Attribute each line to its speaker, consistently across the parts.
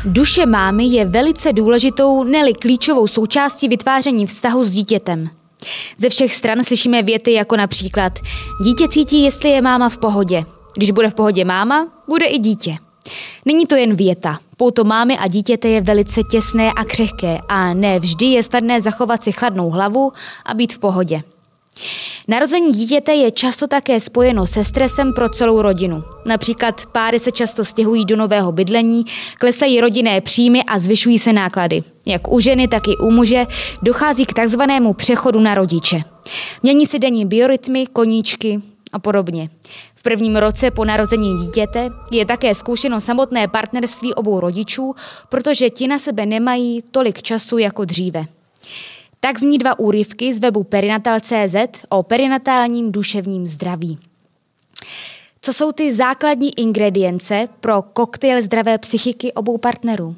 Speaker 1: Duše mámy je velice důležitou, ne-li klíčovou součástí vytváření vztahu s dítětem. Ze všech stran slyšíme věty jako například: dítě cítí, jestli je máma v pohodě. Když bude v pohodě máma, bude i dítě. Není to jen věta. Pouto mámy a dítěte je velice těsné a křehké a ne vždy je snadné zachovat si chladnou hlavu a být v pohodě. Narození dítěte je často také spojeno se stresem pro celou rodinu. Například páry se často stěhují do nového bydlení, klesají rodinné příjmy a zvyšují se náklady. Jak u ženy, tak i u muže dochází k takzvanému přechodu na rodiče. Mění se denní biorytmy, koníčky a podobně. V prvním roce po narození dítěte je také zkoušeno samotné partnerství obou rodičů, protože ti na sebe nemají tolik času jako dříve. Tak zní 2 úryvky z webu perinatal.cz o perinatálním duševním zdraví. Co jsou ty základní ingredience pro koktejl zdravé psychiky obou partnerů?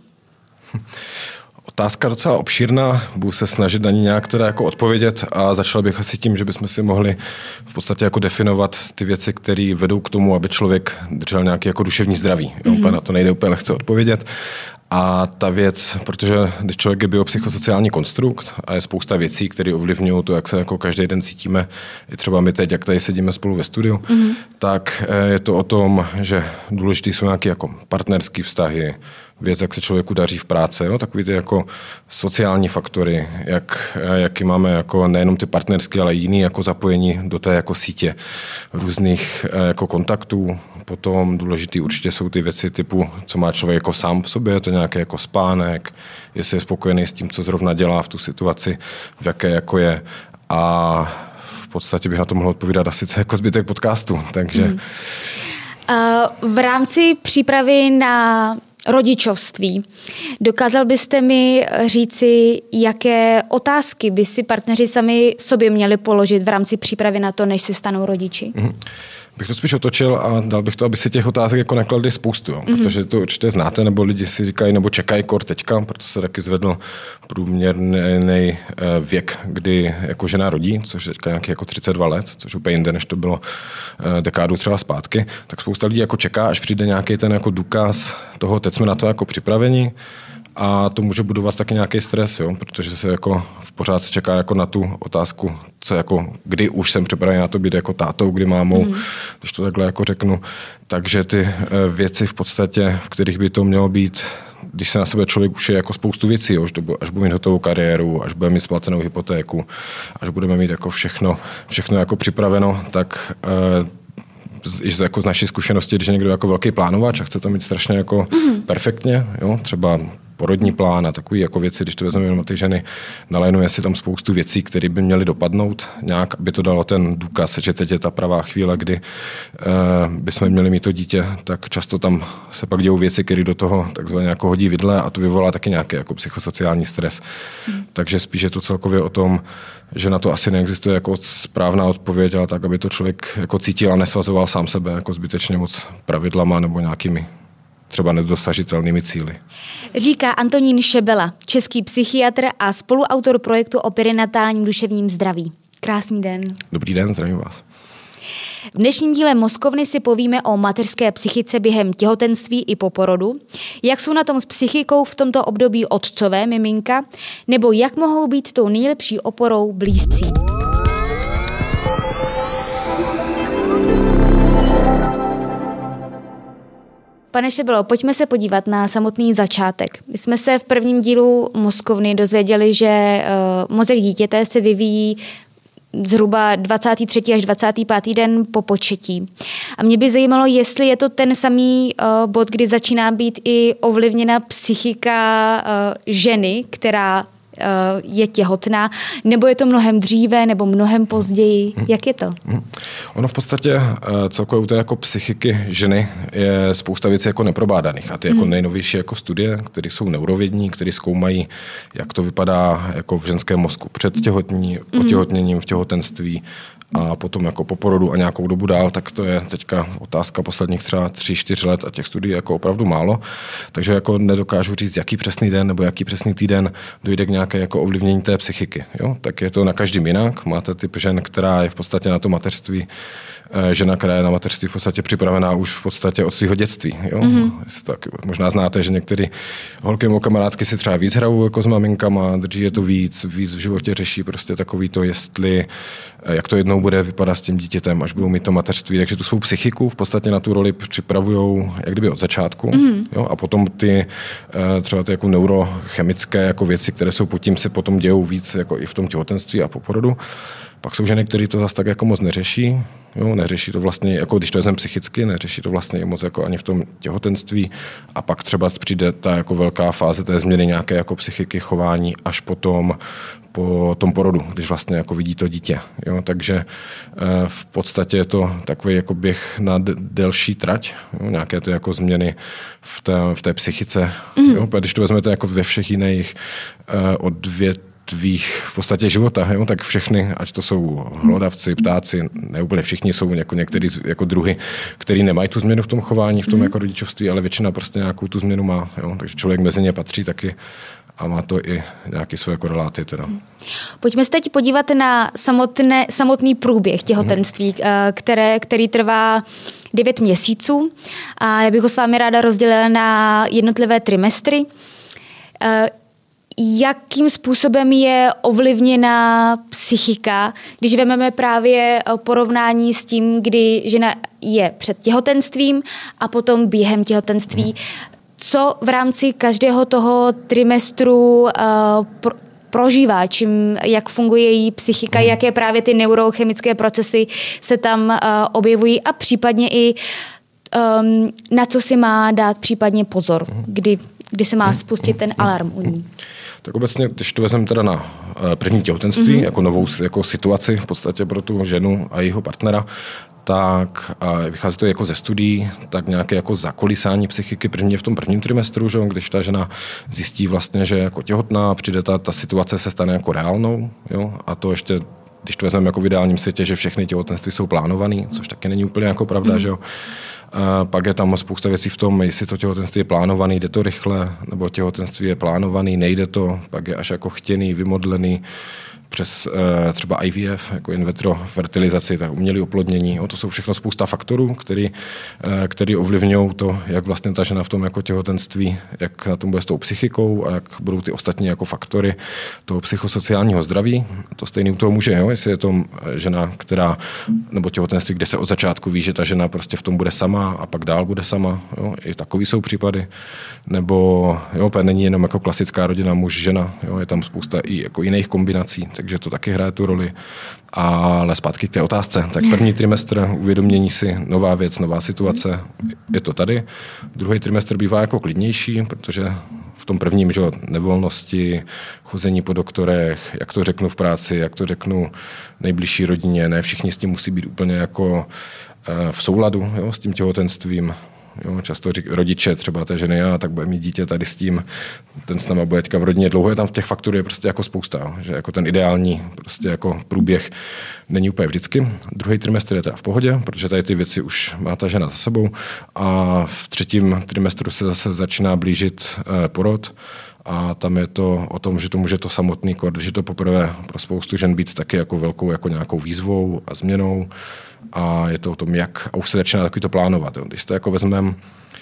Speaker 2: Otázka docela obšírná, budu se snažit na ní nějak teda jako odpovědět a začal bych asi tím, že bychom si mohli v podstatě jako definovat ty věci, které vedou k tomu, aby člověk držel nějaký jako duševní zdraví. Mm-hmm. Na to nejde úplně lehce odpovědět. A ta věc, protože když člověk je biopsychosociální konstrukt a je spousta věcí, které ovlivňují to, jak se jako každý den cítíme, i třeba my teď, jak tady sedíme spolu ve studiu, tak je to o tom, že důležitý jsou nějaké jako partnerské vztahy, věc, jak se člověku daří v práci, jo? Takový ty jako sociální faktory, jaký máme jako nejenom ty partnerské, ale jiný jako zapojení do té jako sítě různých jako kontaktů. Potom důležitý určitě jsou ty věci typu, co má člověk jako sám v sobě, to nějaký jako spánek, jestli je spokojený s tím, co zrovna dělá v tu situaci, v jaké jako je. A v podstatě bych na to mohl odpovídat asi jako zbytek podcastu, takže...
Speaker 1: V rámci přípravy na rodičovství dokázal byste mi říci, jaké otázky by si partneři sami sobě měli položit v rámci přípravy na to, než se stanou rodiči?
Speaker 2: Bych to spíš otočil a dal bych to, aby si těch otázek jako nakladli spoustu, jo. Protože to určitě znáte, nebo lidi si říkají, nebo čekají kor teďka, proto se taky zvedl průměrný věk, kdy jako žena rodí, což je teďka nějaký jako 32 let, což úplně jinde, než to bylo dekádu třeba zpátky, tak spousta lidí jako čeká, až přijde nějaký ten jako důkaz toho, teď jsme na to jako připraveni. A to může budovat taky nějaký stres, jo? Protože se jako pořád čeká jako na tu otázku, co jako, kdy už jsem připravený na to být jako tátou, kdy mámou, když to takhle jako řeknu. Takže ty věci v podstatě, v kterých by to mělo být, když se na sebe člověk už je jako spoustu věcí, jo? Až bude mít hotovou kariéru, až bude mít splacenou hypotéku, až budeme mít jako všechno jako připraveno, tak jako z naší zkušenosti, když je někdo jako velký plánovač a chce to mít strašně jako perfektně, jo? Třeba porodní plán a takové jako věci, když to vezmeme jenom ty ženy, nalénuje si tam spoustu věcí, které by měly dopadnout nějak, aby to dalo ten důkaz, že teď je ta pravá chvíle, kdy bychom měli mít to dítě, tak často tam se pak dějou věci, které do toho takzvaně jako hodí vidle a to vyvolá taky nějaký jako psychosociální stres. Takže spíš je to celkově o tom, že na to asi neexistuje jako správná odpověď, ale tak, aby to člověk jako cítil a nesvazoval sám sebe jako zbytečně moc pravidlama nebo nějakými třeba nedosažitelnými cíli.
Speaker 1: Říká Antonín Šebela, český psychiatr a spoluautor projektu o perinatálním duševním zdraví. Krásný den.
Speaker 2: Dobrý den, zdravím vás.
Speaker 1: V dnešním díle Mozkovny si povíme o mateřské psychice během těhotenství i po porodu, jak jsou na tom s psychikou v tomto období otcové miminka, nebo jak mohou být tou nejlepší oporou blízcí. Pane Šebelo, pojďme se podívat na samotný začátek. My jsme se v prvním dílu Mozkovny dozvěděli, že mozek dítěte se vyvíjí zhruba 23. až 25. den po početí. A mě by zajímalo, jestli je to ten samý bod, kdy začíná být i ovlivněna psychika ženy, která je těhotná, nebo je to mnohem dříve, nebo mnohem později? Jak je to?
Speaker 2: Ono v podstatě celkově u té jako psychiky ženy je spousta věcí jako neprobádaných. A ty jako nejnovější jako studie, které jsou neurovědní, které zkoumají, jak to vypadá jako v ženském mozku před otěhotněním, v těhotenství a potom jako po porodu a nějakou dobu dál, tak to je teďka otázka posledních třeba 3-4 let a těch studií jako opravdu málo. Takže jako nedokážu říct, jaký přesný den nebo jaký přesný týden dojde k nějaké nějaké jako ovlivnění té psychiky. Jo? Tak je to na každém jinak. Máte typ žen, která je v podstatě na to mateřství, žena, která je na mateřství v podstatě připravená už v podstatě od svého dětství. Jo? Tak možná znáte, že některé holky nebo kamarádky si třeba víc hrajou jako s maminkama, drží je to víc v životě řeší prostě takový to, jestli, jak to jednou bude vypadat s tím dítětem, až budou mít to mateřství. Takže tu svou psychiku v podstatě na tu roli připravujou jak kdyby od začátku. Jo? A potom ty třeba ty jako neurochemické jako věci, které jsou pod tím, se potom dějou víc jako i v tom těhotenství a po porodu. Pak jsou ženy, které to zase tak jako moc neřeší. Jo, neřeší to vlastně, jako když to vezmeme psychicky, neřeší to vlastně moc jako ani v tom těhotenství. A pak třeba přijde ta jako velká fáze té změny nějaké jako psychiky, chování až potom po tom porodu, když vlastně jako vidí to dítě. Jo, takže v podstatě je to takový jako běh na delší trať, jo, nějaké ty jako změny v té psychice. Jo, když to vezmete jako ve všech jiných odvětvích v podstatě života, jo? Tak všechny, ať to jsou hlodavci, ptáci, ne úplně všichni jsou jako některý jako druhy, který nemají tu změnu v tom chování, v tom jako rodičovství, ale většina prostě nějakou tu změnu má. Jo? Takže člověk mezi ně patří taky a má to i nějaké své koreláty. Teda.
Speaker 1: Pojďme se teď podívat na samotný průběh těhotenství, který trvá 9 měsíců. A já bych ho s vámi ráda rozdělila na jednotlivé trimestry. Jakým způsobem je ovlivněna psychika, když vezmeme právě porovnání s tím, kdy žena je před těhotenstvím a potom během těhotenství. Co v rámci každého toho trimestru prožívá, jak funguje její psychika, jaké právě ty neurochemické procesy se tam objevují a případně i na co si má dát případně pozor, kdy se má spustit ten alarm u ní.
Speaker 2: Tak obecně, když to vezmeme teda na první těhotenství, jako novou jako situaci v podstatě pro tu ženu a jejího partnera, tak vychází to jako ze studií, tak nějaké jako zakolísání psychiky první v tom prvním trimestru, že, když ta žena zjistí vlastně, že je jako těhotná, přijde ta situace se stane jako reálnou, jo, a to ještě, když to vezmeme jako v ideálním světě, že všechny těhotenství jsou plánované, což taky není úplně jako pravda, že jo. A pak je tam spousta věcí v tom, jestli to těhotenství je plánovaný, jde to rychle, nebo těhotenství je plánovaný, nejde to, pak je až jako chtěný, vymodlený, přes třeba IVF, jako in vitro fertilizaci, tak umělé oplodnění. To jsou všechno spousta faktorů, který ovlivňují to, jak vlastně ta žena v tom jako těhotenství, jak na tom bude s tou psychikou a jak budou ty ostatní jako faktory toho psychosociálního zdraví. To stejný u toho muže, jo? Jestli je to žena, nebo těhotenství, kde se od začátku ví, že ta žena prostě v tom bude sama a pak dál bude sama. Jo? I takový jsou případy. Nebo není jenom jako klasická rodina muž-žena, je tam spousta i jako jiných kombinací, takže to taky hraje tu roli. Ale zpátky k té otázce. Tak první trimestr uvědomění si, nová věc, nová situace, je to tady. Druhý trimestr bývá jako klidnější, protože v tom prvním, že nevolnosti, chození po doktorech, jak to řeknu v práci, jak to řeknu nejbližší rodině, ne všichni s tím musí být úplně jako v souladu, s tím těhotenstvím. Jo, často rodiče třeba té ženy, tak bude mít dítě tady s tím, ten s náma bude teďka v rodině dlouho, je tam těch faktorů je prostě jako spousta, že jako ten ideální prostě jako průběh není úplně vždycky. Druhý trimestr je teda v pohodě, protože tady ty věci už má ta žena za sebou a v třetím trimestru se zase začíná blížit porod a tam je to o tom, že to může to samotný kor, že to poprvé pro spoustu žen být taky jako velkou jako nějakou výzvou a změnou a je to o tom, jak, a už se začíná takový to plánovat. Jo. Když to jako vezmeme,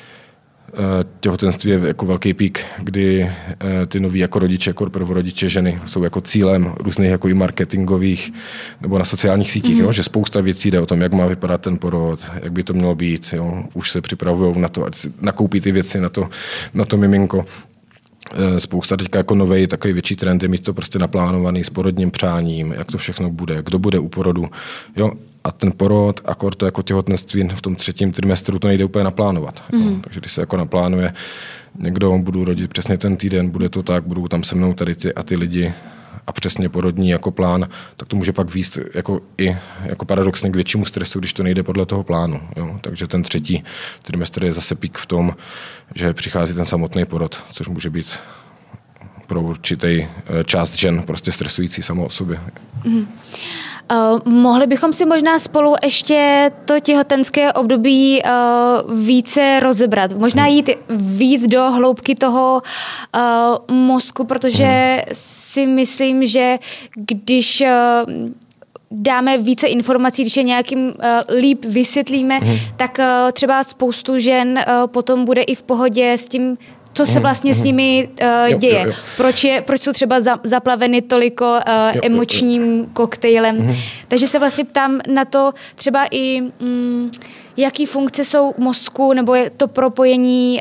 Speaker 2: těhotenství je jako velký pík, kdy ty noví jako rodiče, jako prvorodiče ženy jsou jako cílem různých jako i marketingových nebo na sociálních sítích, jo, že spousta věcí jde o tom, jak má vypadat ten porod, jak by to mělo být, jo. Už se připravují na to, ať si nakoupí ty věci na to miminko. Spousta teďka jako novej takový větší trend je mít to prostě naplánovaný s porodním přáním, jak to všechno bude, kdo bude u porodu. Jo? A ten porod, akor to jako těhotenství v tom třetím trimestru, to nejde úplně naplánovat. Takže když se jako naplánuje, někdo budu rodit přesně ten týden, bude to tak, budou tam se mnou tady ty lidi a přesně porodní jako plán, tak to může pak vést jako i jako paradoxně k většímu stresu, když to nejde podle toho plánu. Jo? Takže ten třetí trimestr je zase pík v tom, že přichází ten samotný porod, což může být pro určitý část žen prostě stresující samo o sobě.
Speaker 1: Mohli bychom si možná spolu ještě to těhotenské období více rozebrat. Možná jít víc do hloubky toho mozku, protože si myslím, že když dáme více informací, když je nějakým líp vysvětlíme, tak třeba spoustu žen potom bude i v pohodě s tím, co se vlastně s nimi děje. Jo. Proč jsou třeba zaplaveny toliko emočním koktejlem. Takže se vlastně ptám na to třeba i, jaký funkce jsou mozku, nebo je to propojení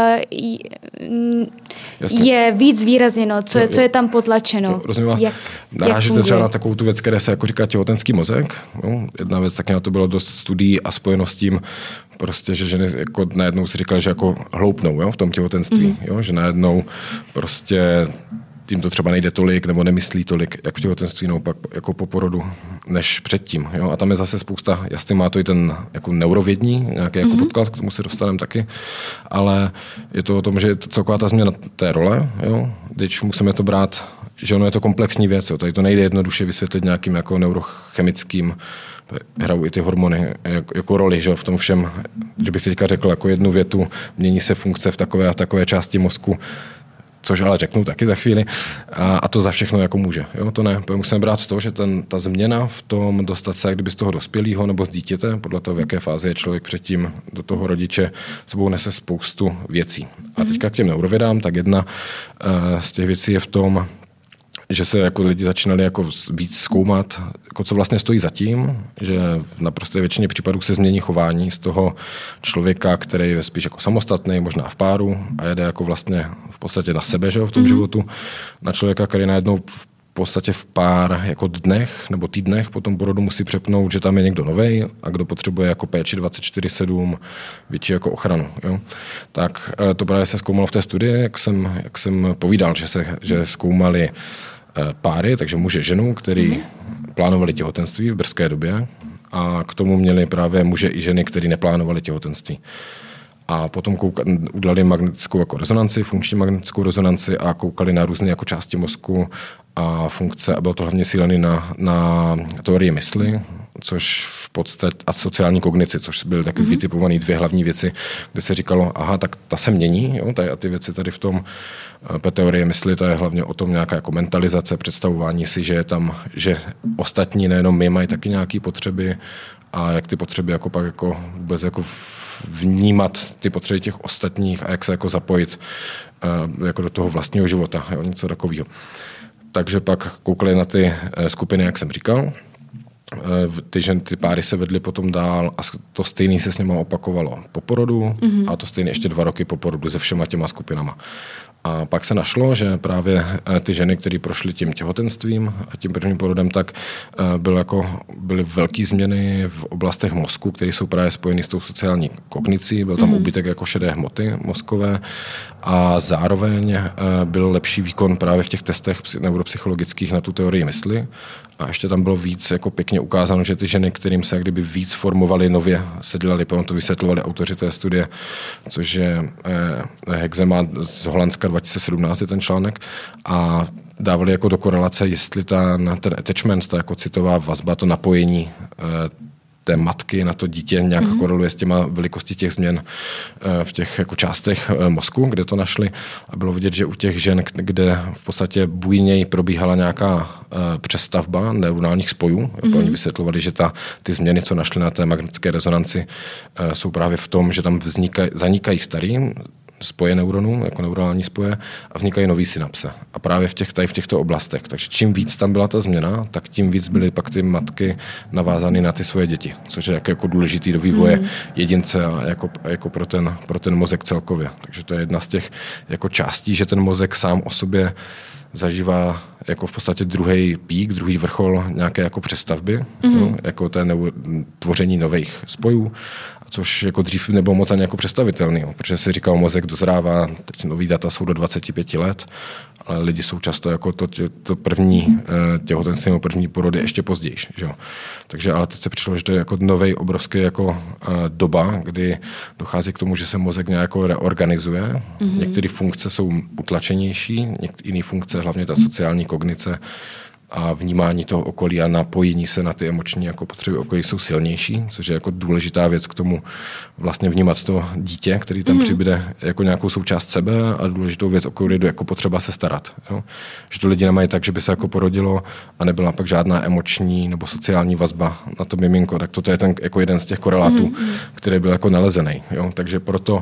Speaker 1: je víc zvýrazněno, co je tam potlačeno.
Speaker 2: Rozumím vás. Narážíte třeba na takovou tu věc, které se jako říká těhotenský mozek. No, jedna věc, taky na to bylo dost studií a spojeno s tím, prostě, že ženy jako najednou si říkali, že jako hloupnou, jo, v tom těhotenství. Jo, že najednou prostě tím to třeba nejde tolik, nebo nemyslí tolik, jak v těhotenství, naopak jako po porodu, než předtím. Jo? A tam je zase spousta, jasně má to i ten jako neurovědní, nějaký jako podklad, k tomu se dostaneme taky, ale je to o tom, že je to celková ta změna té role, jo? Když musíme to brát, že ono je to komplexní věc, jo? Tady to nejde jednoduše vysvětlit nějakým jako neurochemickým, hrajou i ty hormony jako roli, že v tom všem, že bych teďka řekl jako jednu větu, mění se funkce v takové a takové části mozku, což ale řeknu taky za chvíli, a to za všechno jako může. Jo, to ne, musíme brát to, že ta změna v tom dostat se kdyby z toho dospělého nebo z dítěte, podle toho, v jaké fázi je člověk předtím do toho rodiče, sebou nese spoustu věcí. A teďka k těm neurovědám, tak jedna z těch věcí je v tom, že se jako lidi začínali jako víc zkoumat, jako co vlastně stojí za tím, že v naprosté většině případů se změní chování z toho člověka, který je spíš jako samostatný, možná v páru a jede jako vlastně v podstatě na sebe, že v tom životu, na člověka, který najednou v podstatě v pár jako dnech nebo týdnech po tom porodu musí přepnout, že tam je někdo novej a kdo potřebuje jako péči 24/7, větší jako ochranu. Jo? Tak to právě se zkoumalo v té studii, jak jsem povídal, že zkoumali páry, takže muže, ženu, který plánovali těhotenství v brzké době a k tomu měli právě muže i ženy, který neplánovali těhotenství. A potom udělali magnetickou jako rezonanci, funkční magnetickou rezonanci a koukali na různé jako části mozku a funkce a bylo to hlavně cílené na teorii mysli, což v podstatě a sociální kognici, což byly taky vytipované dvě hlavní věci, kde se říkalo, aha, tak ta se mění, jo, a ty věci tady v tom teorie mysli, to je hlavně o tom nějaká jako mentalizace, představování si, že je tam, že ostatní, nejenom my, mají taky nějaké potřeby a jak ty potřeby jako pak jako vůbec jako vnímat ty potřeby těch ostatních a jak se jako zapojit jako do toho vlastního života, jo, něco takového. Takže pak koukali na ty skupiny, jak jsem říkal. Ty páry se vedly potom dál a to stejné se s nimi opakovalo po porodu a to stejné ještě 2 roky po porodu se všema těma skupinama. A pak se našlo, že právě ty ženy, které prošly tím těhotenstvím a tím prvním porodem, tak byly velké změny v oblastech mozku, které jsou právě spojeny s tou sociální kognicí. Byl tam úbytek jako šedé hmoty mozkové a zároveň byl lepší výkon právě v těch testech neuropsychologických na tu teorii mysli. A ještě tam bylo víc jako pěkně ukázáno, že ty ženy, kterým se kdyby víc formovaly nově, se dělali, potom to vysvětlovali autoři té studie, což je Hexema z Holandska 2017 je ten článek a dávali jako do korelace, jestli ten attachment, ta jako citová vazba, to napojení té matky na to dítě nějak koreluje s těma velikostí těch změn v těch jako částech mozku, kde to našli. A bylo vidět, že u těch žen, kde v podstatě bujněji probíhala nějaká přestavba neuronálních spojů, oni vysvětlovali, že ty změny, co našli na té magnetické rezonanci, jsou právě v tom, že tam zanikají starý spoje neuronů, jako neuronální spoje, a vznikají nový synapse. A právě v těchto oblastech. Takže čím víc tam byla ta změna, tak tím víc byly pak ty matky navázány na ty svoje děti, což je jako důležitý do vývoje jedince a jako pro ten mozek celkově. Takže to je jedna z těch jako částí, že ten mozek sám o sobě zažívá jako v podstatě druhý pík, druhý vrchol nějaké jako přestavby, jako tvoření nových spojů, což jako dřív nebylo moc ani jako představitelný, protože si říkal, mozek dozrává, teď nový data jsou do 25 let, ale lidi jsou často jako to první těhotenství nebo první porody ještě později. Že? Takže ale teď se přišlo, že to je jako nový obrovský jako doba, kdy dochází k tomu, že se mozek nějak reorganizuje. Některé funkce jsou utlačenější, jiné funkce, hlavně ta sociální kognice a vnímání toho okolí a napojení se na ty emoční jako potřeby okolí jsou silnější, což je jako důležitá věc k tomu vlastně vnímat to dítě, který tam přibude jako nějakou součást sebe a důležitou věc, o kterou je jako potřeba se starat. Jo? Že to lidi nemají tak, že by se jako porodilo a nebyla pak žádná emoční nebo sociální vazba na to miminko, tak toto je ten jako jeden z těch korelátů, který byl jako nalezený. Jo? Takže proto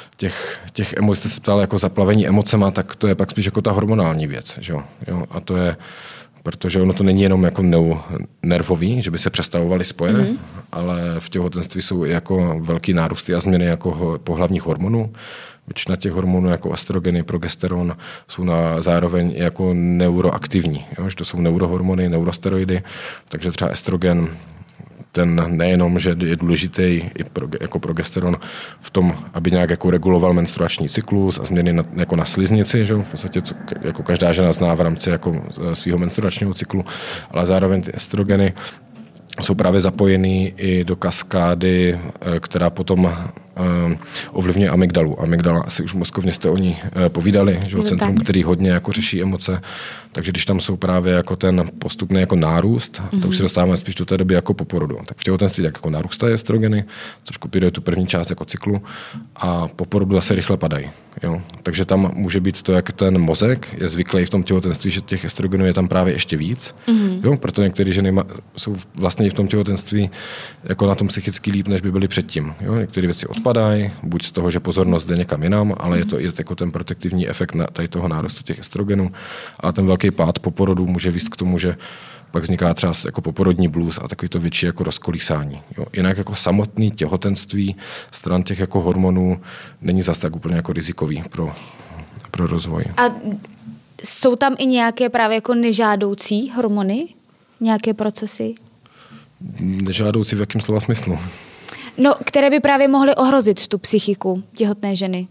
Speaker 2: těch emocí, jste se ptali jako zaplavení emocema, tak to je pak spíš jako ta hormonální věc. Že jo? A to je, protože ono to není jenom jako nervový, že by se přestavovaly spoje, ale v těhotenství jsou i jako velký nárůsty a změny jako pohlavních hormonů. Většina těch hormonů jako estrogeny, progesteron jsou zároveň jako neuroaktivní. Jo? Že to jsou neurohormony, neurosteroidy, takže třeba estrogen ten nejenom, že je důležitý jako progesteron v tom, aby nějak jako reguloval menstruační cyklus a změny jako na sliznici, že v podstatě jako každá žena zná v rámci jako svého menstruačního cyklu, ale zároveň ty estrogeny jsou právě zapojený i do kaskády, která potom ovlivňuje amygdalu. Amygdala, asi už mozkovně jste o ní povídali, že centrum, který hodně jako řeší emoce. Takže když tam jsou právě jako ten postupný jako nárůst, to už se dostáváme spíš do té doby jako po porodu. Tak v těhotenství tak jako narůstají estrogeny, což kopíruje tu první část jako cyklu a po porodu zase rychle padají. Jo? Takže tam může být to, jak ten mozek je zvyklý v tom těhotenství, že těch estrogenů je tam právě ještě víc. Jo? Proto některé ženy jsou vlastně i v tom těhotenství jako na tom psychicky líp, než by byly předtím. Jo? Některé věci odpadají, buď z toho, že pozornost jde někam jinam, ale je to i jako ten protektivní efekt na tady toho nárůstu těch estrogenů. A ten velký pád po porodu může vést k tomu, že pak vzniká třeba jako poporodní blues a takový to větší jako rozkolísání. Jo. Jinak jako samotný těhotenství stran těch jako hormonů není zas tak úplně jako rizikový pro rozvoj.
Speaker 1: A jsou tam i nějaké právě jako nežádoucí hormony? Nějaké procesy?
Speaker 2: Nežádoucí v jakém slova smyslu?
Speaker 1: No, které by právě mohly ohrozit tu psychiku těhotné ženy.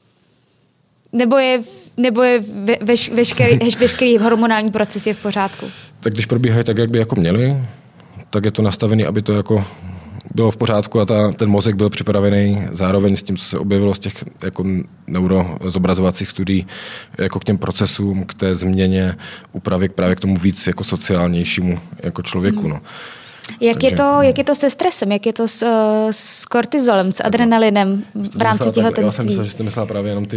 Speaker 1: Nebo je veškerý hormonální proces je v pořádku?
Speaker 2: Tak když probíhají tak, jak by jako měli, tak je to nastavené, aby to jako bylo v pořádku a ten mozek byl připravený zároveň s tím, co se objevilo z těch jako neurozobrazovacích studií, jako k těm procesům, k té změně, úpravy právě k tomu víc jako sociálnějšímu jako člověku. No.
Speaker 1: Jak je to se stresem? Jak je to s kortizolem, s adrenalinem v rámci těhotenství?
Speaker 2: Já jsem myslel, že jste myslela právě jenom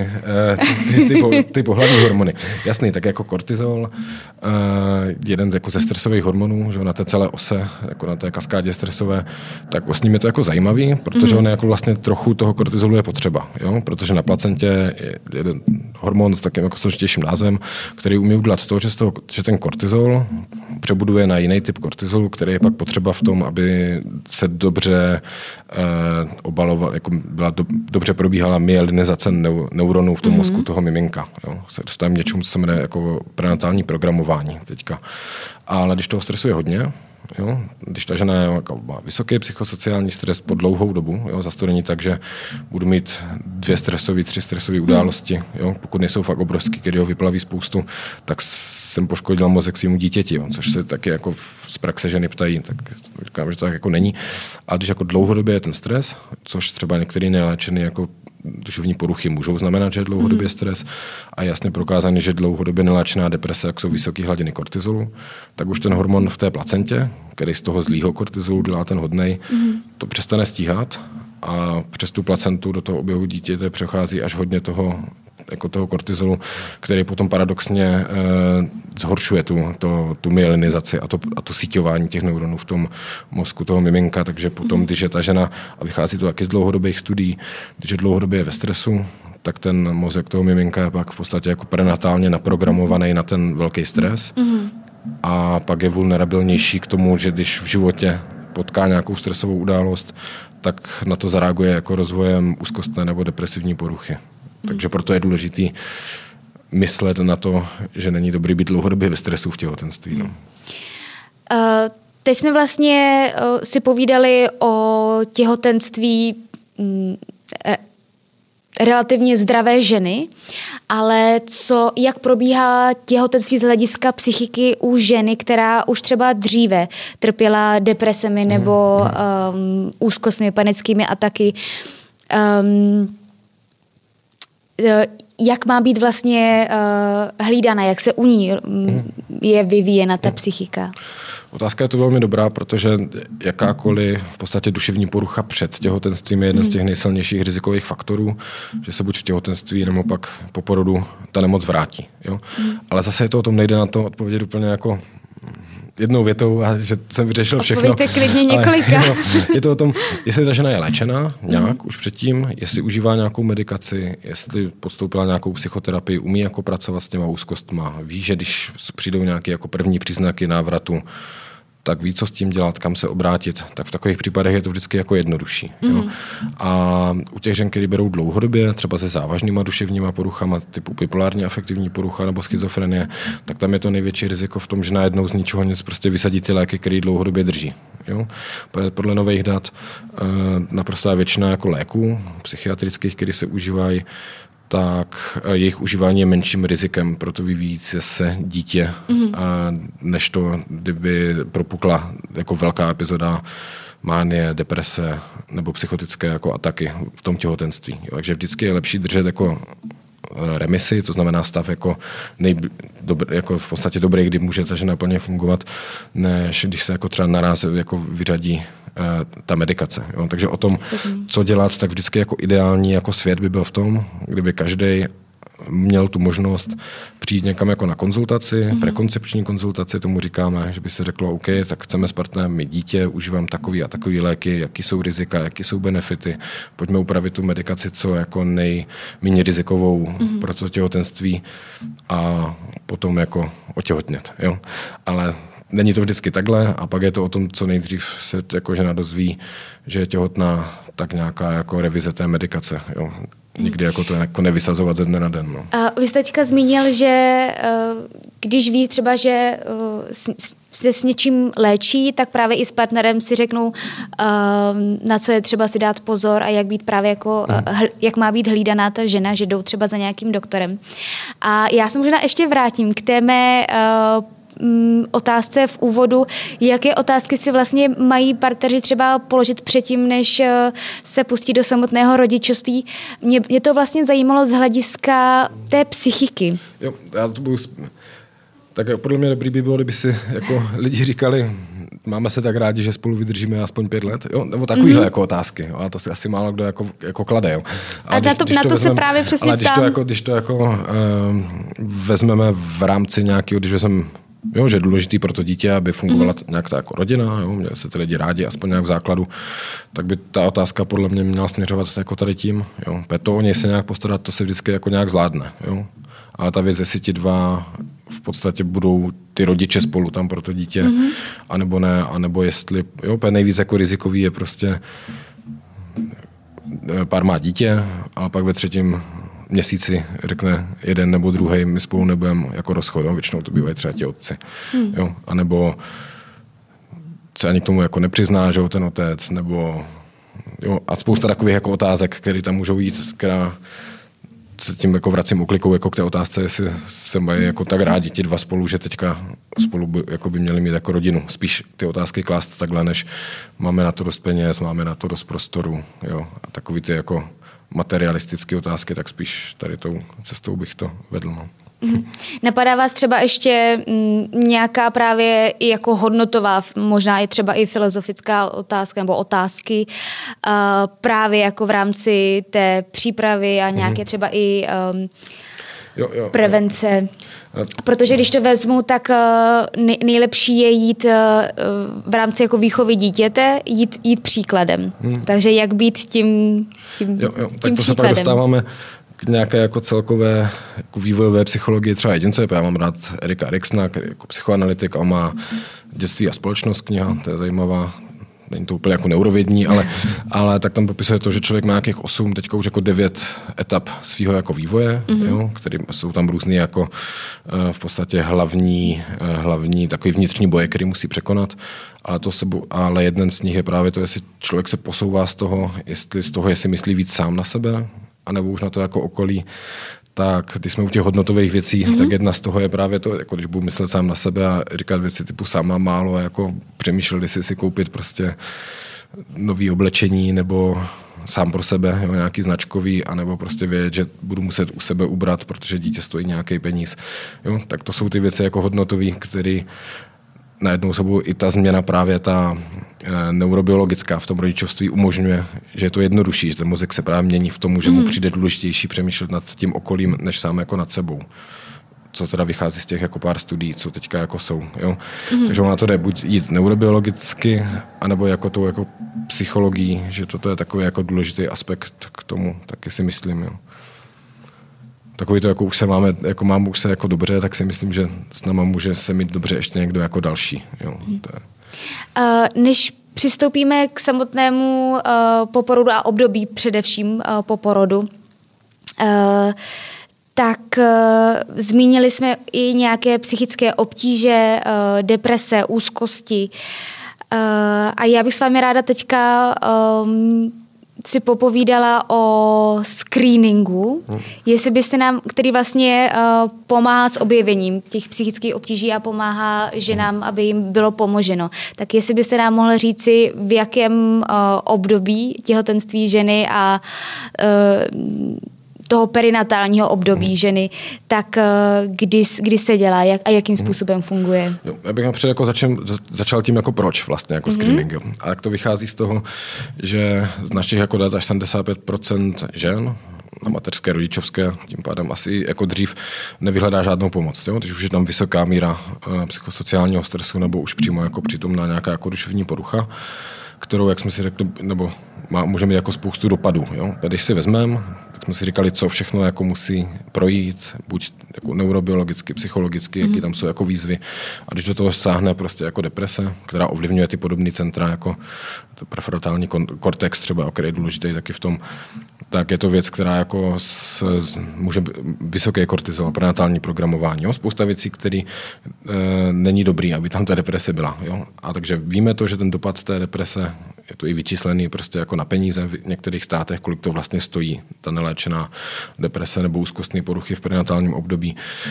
Speaker 2: ty pohlavní hormony. Jasný, tak jako kortizol, jeden jako ze stresových hormonů, že na té celé ose, jako na té kaskádě stresové, tak s ním je to jako zajímavý, protože on jako vlastně trochu toho kortizolu je potřeba, jo? Protože na placentě je jeden hormon s takým jako složitějším názvem, který umí udělat to, že ten kortizol přebuduje na jiný typ kortizolu, který je pak potřeba v tom, aby se dobře obaloval, jako dobře probíhala myelinizace neuronů v tom mozku toho miminka. Jo. Se dostaneme k něčemu, co se jmenuje jako prenatální programování teďka. Ale když toho stresu je hodně, jo, když ta žena má vysoký psychosociální stres po dlouhou dobu, jo, zase to není tak, že budu mít 2 stresové, 3 stresové události, jo, pokud nejsou fakt obrovský, který ho vyplaví spoustu, tak jsem poškodil mozek svému dítěti, jo, což se taky jako z praxe ženy ptají, tak říkám, že to tak jako není. A když jako dlouhodobě je ten stres, což třeba některý neléčený jako duševní poruchy můžou znamenat, že je dlouhodobě stres a jasně prokázaný, že dlouhodobě neléčená deprese, jak jsou vysoké hladiny kortizolu, tak už ten hormon v té placentě, který z toho zlýho kortizolu dělá ten hodnej, to přestane stíhat a přes tu placentu do toho oběhu dítěte přechází až hodně toho kortizolu, který potom paradoxně zhoršuje tu myelinizaci a to síťování těch neuronů v tom mozku toho miminka, takže potom, když je ta žena, a vychází to taky z dlouhodobých studií, když je dlouhodobě ve stresu, tak ten mozek toho miminka je pak v podstatě jako prenatálně naprogramovaný na ten velký stres a pak je vulnerabilnější k tomu, že když v životě potká nějakou stresovou událost, tak na to zareaguje jako rozvojem úzkostné nebo depresivní poruchy. Takže proto je důležitý myslet na to, že není dobrý být dlouhodobě ve stresu v těhotenství. No.
Speaker 1: Teď jsme vlastně si povídali o těhotenství relativně zdravé ženy, ale jak probíhá těhotenství z hlediska psychiky u ženy, která už třeba dříve trpěla depresemi nebo úzkostmi, panickými ataky. Jak má být vlastně hlídána, jak se u ní je vyvíjena ta psychika?
Speaker 2: Otázka je to velmi dobrá, protože jakákoliv v podstatě duševní porucha před těhotenstvím je jeden z těch nejsilnějších rizikových faktorů, že se buď v těhotenství nebo pak po porodu ta nemoc vrátí. Jo? Ale zase je to o tom, nejde na to odpovědět úplně jako jednou větou a že jsem vyřešil všechno.
Speaker 1: Odpověďte klidně několika.
Speaker 2: Ale, je to o tom, jestli ta žena je léčená nějak už předtím, jestli užívá nějakou medikaci, jestli podstoupila nějakou psychoterapii, umí jako pracovat s těma úzkostma, ví, že když přijdou nějaké jako první příznaky návratu, tak ví, co s tím dělat, kam se obrátit, tak v takových případech je to vždycky jako jednodušší. Jo? A u těch žen, které berou dlouhodobě, třeba se závažnýma duševníma poruchama, typu bipolární afektivní porucha nebo schizofrenie, tak tam je to největší riziko v tom, že najednou z ničeho nic prostě vysadí ty léky, které dlouhodobě drží. Jo? Podle nových dat naprostá většina jako léků psychiatrických, které se užívají, tak jejich užívání je menším rizikem pro to vyvíjící se dítě, než to, kdyby propukla jako velká epizoda mánie, deprese nebo psychotické jako ataky v tom těhotenství. Takže vždycky je lepší držet jako remisi, to znamená stav jako, jako v podstatě dobrý, kdy může ta žena plně fungovat, než když se jako třeba naraz jako vyřadí ta medikace. Jo. Takže o tom, co dělat, tak vždycky jako ideální jako svět by byl v tom, kdyby každý měl tu možnost přijít někam jako na konzultaci, prekoncepční konzultaci, tomu říkáme, že by se řeklo, OK, tak chceme s partnerem mít dítě, užívám takový a takový léky, jaký jsou rizika, jaký jsou benefity, pojďme upravit tu medikaci, co jako nejméně rizikovou pro to těhotenství a potom jako otěhotnět. Jo? Ale není to vždycky takhle a pak je to o tom, co nejdřív se jako žena dozví, že je těhotná, tak nějaká jako revize té medikace. Jo? Nikdy jako to jako nevysazovat ze dne na den. No.
Speaker 1: A vy jste teďka zmínil, že když ví třeba, že se s něčím léčí, tak právě i s partnerem si řeknou, na co je třeba si dát pozor a jak být právě jako, jak má být hlídaná ta žena, že jdou třeba za nějakým doktorem. A já se možná ještě vrátím k té mé otázce v úvodu, jaké otázky si vlastně mají partneři třeba položit předtím, než se pustí do samotného rodičovství. Mě to vlastně zajímalo z hlediska té psychiky.
Speaker 2: Jo, já to budu... Tak podle mě dobrý by bylo, kdyby si jako lidi říkali, máme se tak rádi, že spolu vydržíme aspoň 5 let, jo? Nebo takovýhle jako otázky. Jo? A to si asi málo kdo jako klade. Jo?
Speaker 1: A když na to se právě přesně ptám. Když to
Speaker 2: vezmeme v rámci nějakého, když vezmeme, jo, že je důležitý pro to dítě, aby fungovala nějak ta jako rodina, jo, měli se ty lidi rádi, aspoň nějak v základu, tak by ta otázka podle mě měla směřovat jako tady tím. Jo. To o něj se nějak postarat, to se vždycky jako nějak zvládne. Jo. A ta věc, jestli ti dva v podstatě budou ty rodiče spolu tam pro to dítě, anebo ne, anebo jestli, jo, nejvíc jako rizikový je prostě pár má dítě, ale pak ve 3. měsíci řekne jeden nebo druhý, my spolu nebudeme jako rozchod, jo? Většinou to bývají třeba ti otci. Jo? A nebo se ani k tomu jako nepřizná, že ten otec, nebo jo? A spousta takových jako otázek, které tam můžou jít, která se tím jako vracím oklikou jako k té otázce, jestli se mají jako tak rádi ti dva spolu, že teďka spolu by měli mít jako rodinu. Spíš ty otázky klást takhle, než máme na to dost peněz, máme na to dost prostoru. Jo? A takový ty jako materialistické otázky, tak spíš tady tou cestou bych to vedl. No.
Speaker 1: Napadá vás třeba ještě nějaká právě i jako hodnotová, možná i třeba i filozofická otázka nebo otázky právě jako v rámci té přípravy a nějaké třeba i prevence. Protože když to vezmu, tak nejlepší je jít v rámci jako výchovy dítěte, jít příkladem. Takže jak být tím
Speaker 2: tak to se pak dostáváme k nějaké jako celkové jako vývojové psychologii třeba jedince. Já mám rád Erika Eriksona, jako psychoanalytik, a on má Dětství a společnost kniha, to je zajímavá. Není to úplně jako neurovědní, ale tak tam popisuje to, že člověk má nějakých 8, teďka už jako 9 etap svého jako vývoje, jo, který jsou tam různý jako v podstatě hlavní takový vnitřní boje, který musí překonat. Ale jeden z nich je právě to, jestli člověk se posouvá z toho, jestli myslí víc sám na sebe, anebo už na to jako okolí. Tak když jsme u těch hodnotových věcí, tak jedna z toho je právě to, jako když budu myslet sám na sebe a říkat věci typu sám mám málo a jako přemýšlel, jestli si koupit prostě nový oblečení nebo sám pro sebe, jo, nějaký značkový, anebo prostě vědět, že budu muset u sebe ubrat, protože dítě stojí nějaký peníz. Jo, tak to jsou ty věci jako hodnotový, které najednou sebou i ta změna právě ta neurobiologická v tom rodičovství umožňuje, že je to jednodušší, že ten mozek se právě mění v tomu, že mu přijde důležitější přemýšlet nad tím okolím, než sám jako nad sebou. Co teda vychází z těch jako pár studií, co teďka jako jsou. Jo? Takže ona to jde buď jít neurobiologicky, anebo jako tou jako psychologií, že toto je takový jako důležitý aspekt k tomu, taky si myslím. Jo? Takový to, jako už se máme, jako mám už se jako dobře, tak si myslím, že s náma může se mít dobře ještě někdo jako další. Jo? To je.
Speaker 1: Než přistoupíme k samotnému poporodu a období především po porodu, tak zmínili jsme i nějaké psychické obtíže, deprese, úzkosti. A já bych s vámi ráda teďka si popovídala o screeningu, jestli byste nám, který vlastně pomáhá s objevením těch psychických obtíží a pomáhá ženám, aby jim bylo pomoženo. Tak jestli byste nám mohla říci, v jakém období těhotenství ženy a toho perinatálního období ženy, tak kdy se dělá a jakým způsobem funguje?
Speaker 2: Jo, já bych napřed jako začal tím, jako proč vlastně jako screening. Jo. A jak to vychází z toho, že z našich jako dat až 75% žen na mateřské, rodičovské, tím pádem asi jako dřív nevyhledá žádnou pomoc. Jo? Když už je tam vysoká míra psychosociálního stresu nebo už přímo jako přítomná nějaká jako duševní porucha, kterou, jak jsme si řekli, nebo může mít jako spoustu dopadů. Jo? Když si vezmeme, tak jsme si říkali, co všechno jako musí projít, buď jako neurobiologicky, psychologicky, jaký tam jsou jako výzvy. A když do toho sáhne prostě jako deprese, která ovlivňuje ty podobné centra, jako prefrontální kortex třeba, který je důležitý taky v tom, tak je to věc, která jako může vysoké kortizol, prenatální programování. Jo? Spousta věcí, které není dobrý, aby tam ta deprese byla. Jo? A takže víme to, že ten dopad té deprese je to i vyčíslený prostě jako na peníze v některých státech, kolik to vlastně stojí, ta neléčená deprese nebo úzkostné poruchy v prenatálním období.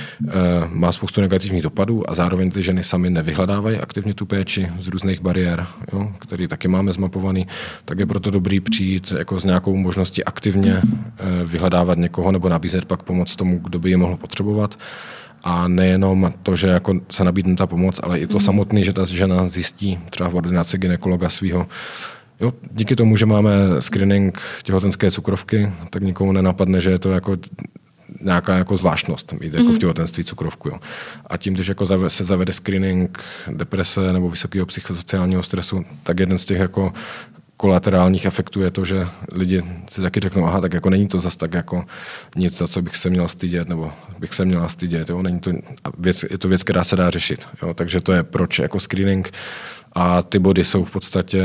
Speaker 2: Má spoustu negativních dopadů a zároveň ty ženy sami nevyhledávají aktivně tu péči z různých bariér, jo, který taky máme zmapovaný, tak je proto dobrý přijít jako s nějakou možností aktivně vyhledávat někoho nebo nabízet pak pomoc tomu, kdo by je mohl potřebovat. A nejenom to, že jako se nabídne ta pomoc, ale i to samotný, že ta žena zjistí třeba v ordinaci gynekologa svého. Jo, díky tomu, že máme screening těhotenské cukrovky, tak nikomu nenapadne, že je to jako nějaká jako zvláštnost mít jako v těhotenství cukrovku. Jo. A tím, když jako se zavede screening deprese nebo vysokého psychosociálního stresu, tak jeden z těch jako kolaterálních efektů je to, že lidi si taky řeknou, aha, tak jako není to zas tak jako nic, za co bych se měl stydět, nebo bych se měla stydět. Jo. Není to věc, je to věc, která se dá řešit. Jo. Takže to je proč jako screening. A ty body jsou v podstatě,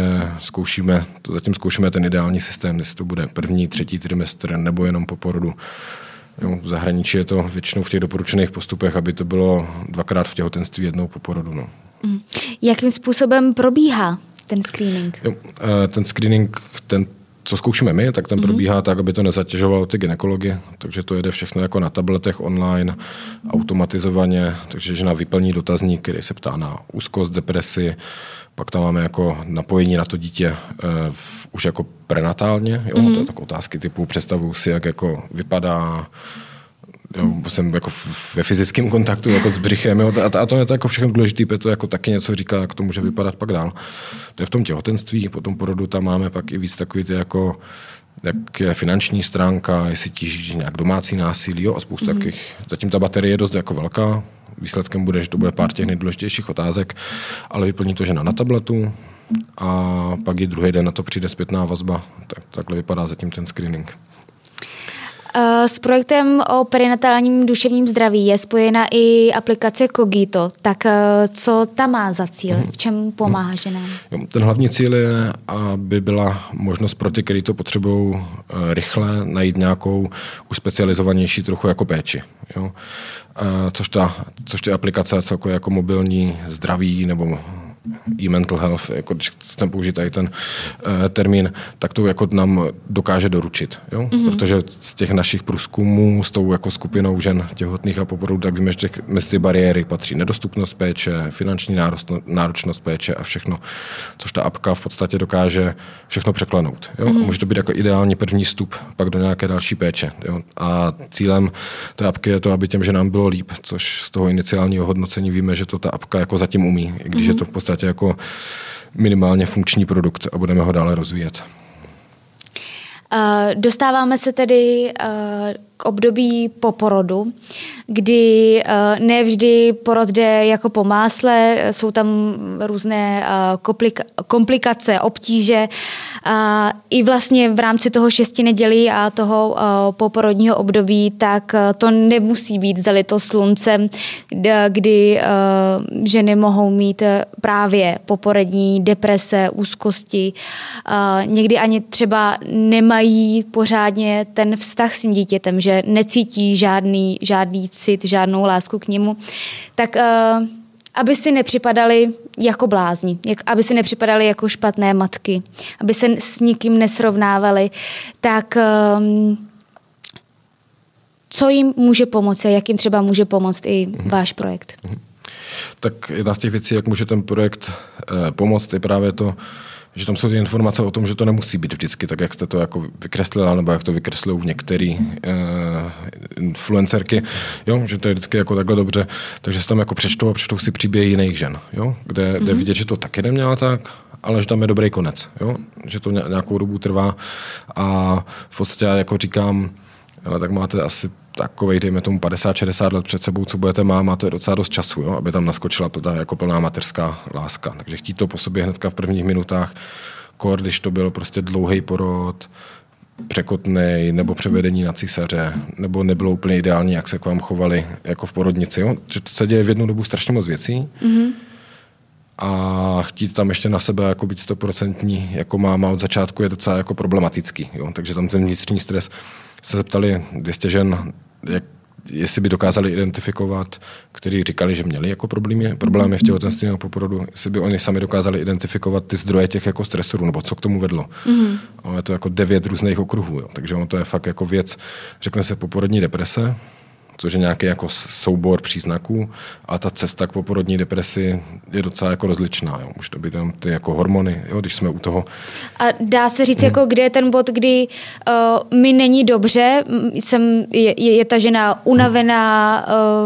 Speaker 2: zatím zkoušíme ten ideální systém, jestli to bude první, třetí trimestr, nebo jenom po porodu. Jo, v zahraničí je to většinou v těch doporučených postupech, aby to bylo 2krát v těhotenství, jednou po porodu. No.
Speaker 1: Jakým způsobem probíhá ten screening?
Speaker 2: Jo, ten screening, co zkoušíme my, tak ten probíhá tak, aby to nezatěžovalo ty gynekology, takže to jede všechno jako na tabletech online, automatizovaně, takže žena vyplní dotazník, který se ptá na úzkost, depresi, pak tam máme jako napojení na to dítě už jako prenatálně, jo? To je tak otázky typu představuju si, jak jako vypadá, jo, jsem jako ve fyzickém kontaktu jako s břichem, jo, a to je to jako všechno důležité, protože to jako taky něco říká, jak to může vypadat pak dál. To je v tom těhotenství, po tom porodu tam máme pak i víc takový ty jako, jak je finanční stránka, jestli tíží nějak domácí násilí, jo, a spoustu takových, zatím ta baterie je dost jako velká, výsledkem bude, že to bude pár těch nejdůležitějších otázek, ale vyplní to žena na tabletu a pak i druhý den na to přijde zpětná vazba, takhle vypadá zatím ten screening.
Speaker 1: S projektem o perinatálním duševním zdraví je spojena i aplikace Cogito. Tak co tam má za cíl? V čem pomáhá ženám?
Speaker 2: Ten hlavní cíl je, aby byla možnost pro ty, kteří to potřebují rychle, najít nějakou už specializovanější trochu jako péči. Jo? Což ty aplikace celkově jako mobilní zdraví nebo e-mental health, jako když chcem použít tady ten termín, tak to jako nám dokáže doručit. Jo? Protože z těch našich průzkumů s tou jako skupinou žen těhotných a po porodu, tak víme, že mezi ty bariéry patří nedostupnost péče, finanční náročnost péče a všechno, což ta apka v podstatě dokáže všechno překlenout. Jo? A může to být jako ideální první vstup pak do nějaké další péče. Jo? A cílem té apky je to, aby těm ženám bylo líp, což z toho iniciálního hodnocení víme, že to ta apka jako zatím umí, i když je to v podstatě jako minimálně funkční produkt a budeme ho dále rozvíjet.
Speaker 1: Dostáváme se tedy k období po porodu, kdy nevždy porod jde jako po másle, jsou tam různé komplikace, obtíže. I vlastně v rámci toho 6 nedělí a toho poporodního období, tak to nemusí být zalito sluncem, kdy ženy mohou mít právě poporodní deprese, úzkosti. Někdy ani třeba nemají pořádně ten vztah s tím dítětem, že necítí žádný cit, žádnou lásku k němu, tak aby si nepřipadali jako blázni, aby si nepřipadali jako špatné matky, aby se s nikým nesrovnávali, tak co jim může pomoct a jak jim třeba může pomoct i váš projekt?
Speaker 2: Tak jedna z těch věcí, jak může ten projekt pomoct, je právě to, že tam jsou ty informace o tom, že to nemusí být vždycky tak, jak jste to jako vykreslila, nebo jak to vykreslují některé influencerky, jo? Že to je vždycky jako takhle dobře, takže se tam jako přečtou si příběhy jiných žen, jo? Kde vidět, že to taky neměla tak, ale že tam je dobrý konec, jo? Že to nějakou dobu trvá a v podstatě já jako říkám, ale tak máte asi takovej, dejme tomu 50-60 let před sebou, co budete máma, to je docela dost času, jo? Aby tam naskočila ta jako plná mateřská láska. Takže chtít to po sobě hnedka v prvních minutách, když to byl prostě dlouhý porod, překotnej, nebo převedení na císaře, nebo nebylo úplně ideální, jak se k vám chovali jako v porodnici. Jo? Že to se děje v jednu dobu strašně moc věcí. A chtít tam ještě na sebe jako být 100% jako máma od začátku je docela jako problematický. Jo? Takže tam ten vnitřní stres. Se zeptali 200 žen, jestli by dokázali identifikovat, kteří říkali, že měli jako problémy v těhotenství nebo po porodu, jestli by oni sami dokázali identifikovat ty zdroje těch jako stresorů, nebo co k tomu vedlo. Je to jako 9 různých okruhů, jo. Takže to je fakt jako věc, řekne se poporodní deprese, což je nějaký jako soubor příznaků, a ta cesta k poporodní depresi je docela jako rozličná. Jo. Může to být tam ty jako hormony, jo, když jsme u toho. A
Speaker 1: dá se říct, jako kde je ten bod, kdy mi není dobře, je ta žena unavená,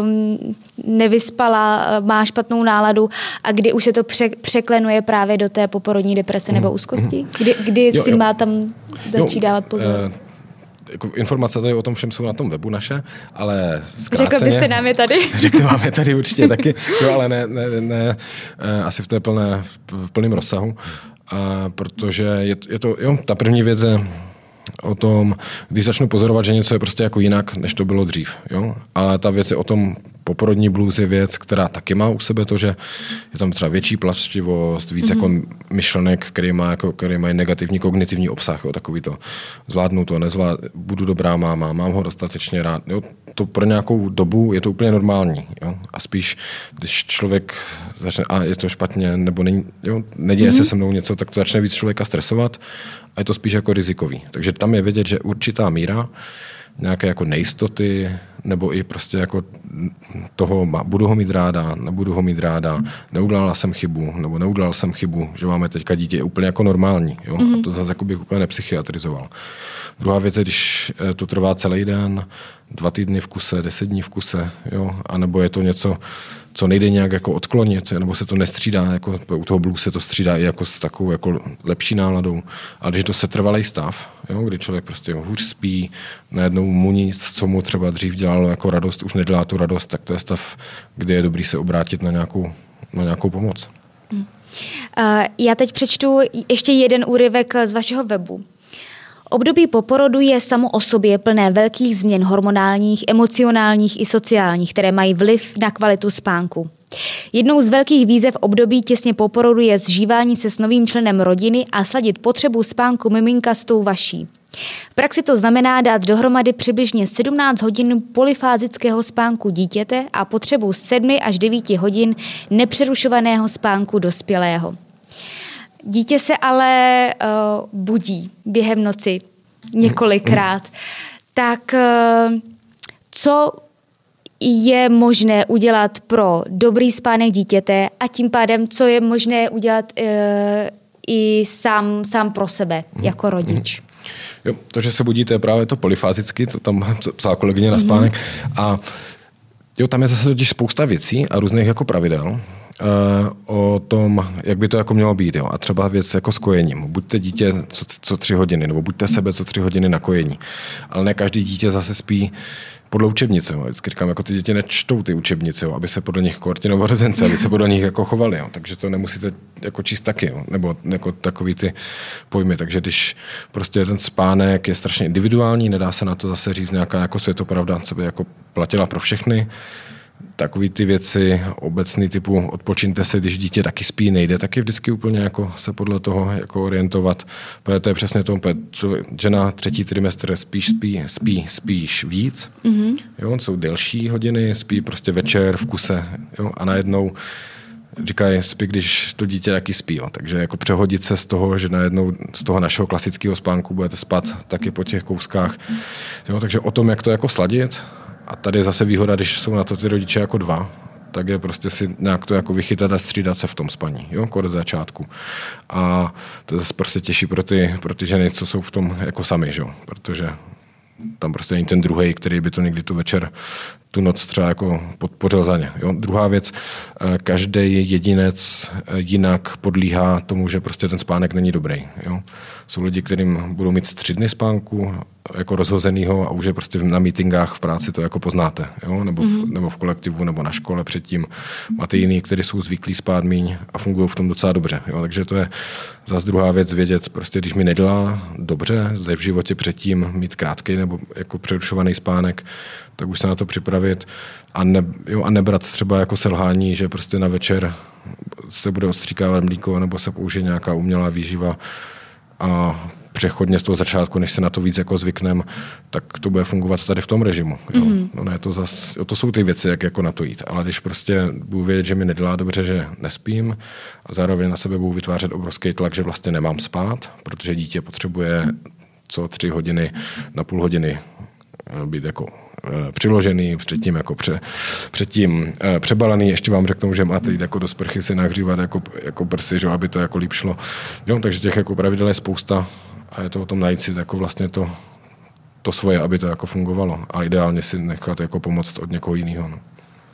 Speaker 1: nevyspala, má špatnou náladu a kdy už se to překlenuje právě do té poporodní deprese nebo úzkosti? Kdy si má tam začít dávat pozor?
Speaker 2: Jako informace tady o tom všem jsou na tom webu naše, ale zkráceně...
Speaker 1: Řekl byste nám je tady?
Speaker 2: Řeknu vám je tady určitě taky, jo, ale ne asi v plném rozsahu, protože je to, jo, ta první věc je o tom, když začnu pozorovat, že něco je prostě jako jinak, než to bylo dřív. Jo? Ale ta věc je o tom, poporodní blues je věc, která taky má u sebe to, že je tam třeba větší plastivost, víc jako myšlenek, který mají negativní kognitivní obsah. Jo? Takový to zvládnu to, budu dobrá máma, mám ho dostatečně rád. Jo? To pro nějakou dobu je to úplně normální. Jo? A spíš, když člověk začne, a je to špatně, nebo neděje se se mnou něco, tak to začne víc člověka stresovat a je to spíš jako rizikový. Takže tam je vidět, že určitá míra nějaké jako nejistoty, nebo i prostě jako toho, budu ho mít ráda, nebudu ho mít ráda, neudělala jsem chybu, nebo neudělal jsem chybu, že máme teďka dítě, je úplně jako normální. Jo? A to zase jako bych úplně nepsychiatrizoval. Druhá věc je, když to trvá celý den, 2 týdny v kuse, 10 dní v kuse, jo? A nebo je to něco, co nejde nějak jako odklonit, nebo se to nestřídá, jako u toho blues se to střídá i jako s takovou jako lepší náladou. Ale když to setrvalý stav, jo? Kdy člověk prostě hůř spí, najednou mu nic, co mu třeba dřív dělalo jako radost, už nedělá tu radost, tak to je stav, kdy je dobrý se obrátit na nějakou pomoc.
Speaker 1: Já teď přečtu ještě jeden úryvek z vašeho webu. Období po porodu je samo o sobě plné velkých změn hormonálních, emocionálních i sociálních, které mají vliv na kvalitu spánku. Jednou z velkých výzev období těsně po porodu je zžívání se s novým členem rodiny a sladit potřebu spánku miminka s tou vaší. V praxi to znamená dát dohromady přibližně 17 hodin polyfázického spánku dítěte a potřebu 7 až 9 hodin nepřerušovaného spánku dospělého. Dítě se ale budí během noci několikrát. Tak co je možné udělat pro dobrý spánek dítěte a tím pádem, co je možné udělat i sám pro sebe jako rodič?
Speaker 2: Jo, to, že se budíte, je právě to polyfázicky, to tam psala kolegyně na spánek. A jo, tam je zase totiž spousta věcí a různých jako pravidel o tom, jak by to jako mělo být. Jo. A třeba věc jako s kojením. Buďte dítě co 3 hodiny, nebo buďte sebe co 3 hodiny na kojení. Ale ne každý dítě zase spí podle učebnice. Jo. Vždycky říkám, jako ty děti nečtou ty učebnice, jo, aby se podle nich koorti novorozenci, aby se podle nich jako chovali. Jo. Takže to nemusíte jako číst taky, jo. Nebo jako takový ty pojmy. Takže když prostě ten spánek je strašně individuální, nedá se na to zase říct nějaká jako světopravda, co by jako platila pro všechny. Takový ty věci obecný typu odpočiňte se, když dítě taky spí, nejde taky vždycky úplně jako se podle toho jako orientovat. To je přesně to, žena 3. trimestr spíš víc, jo, jsou delší hodiny, spí prostě večer v kuse, jo, a najednou říkají, spí, když to dítě taky spí. Jo. Takže jako přehodit se z toho, že najednou z toho našeho klasického spánku budete spát taky po těch kouskách. Jo, takže o tom, jak to jako sladit. A tady je zase výhoda, když jsou na to ty rodiče jako 2, tak je prostě si nějak to jako vychytat a střídat se v tom spaní, jo, od začátku. A to je zase prostě těžší pro ty ženy, co jsou v tom jako sami, jo, protože tam prostě není ten druhej, který by to někdy tu noc třeba jako podpořil za ně. Jo. Druhá věc, každý jedinec jinak podlíhá tomu, že prostě ten spánek není dobrý. Jo. Jsou lidi, kterým budou mít 3 dny spánku jako rozhozenýho a už je prostě na meetingách v práci to jako poznáte. Jo. Nebo v kolektivu, nebo na škole předtím. Máte jiný, kteří jsou zvyklí spát míň a fungují v tom docela dobře. Jo. Takže to je zase druhá věc vědět, prostě když mi nedělá dobře, v životě předtím mít krátký nebo jako přerušovaný spánek, tak už se na to připravit a nebrat třeba jako selhání, že prostě na večer se bude odstříkávat mlíko nebo se použije nějaká umělá výživa a přechodně z toho začátku, než se na to víc jako zvyknem, tak to bude fungovat tady v tom režimu. Jo. No ne, to jsou ty věci, jak jako na to jít. Ale když prostě budu vědět, že mi nedělá dobře, že nespím a zároveň na sebe budu vytvářet obrovský tlak, že vlastně nemám spát, protože dítě potřebuje co 3 hodiny na půl hodiny být jako přiložený, předtím přebalený, ještě vám řeknou, že máte jít jako do sprchy se nahřívat jako prsy, že, aby to jako líp šlo. Jo, takže těch jako pravidel je spousta a je to o tom najít si jako vlastně to svoje, aby to jako fungovalo a ideálně si nechat jako pomoct od někoho jiného. No.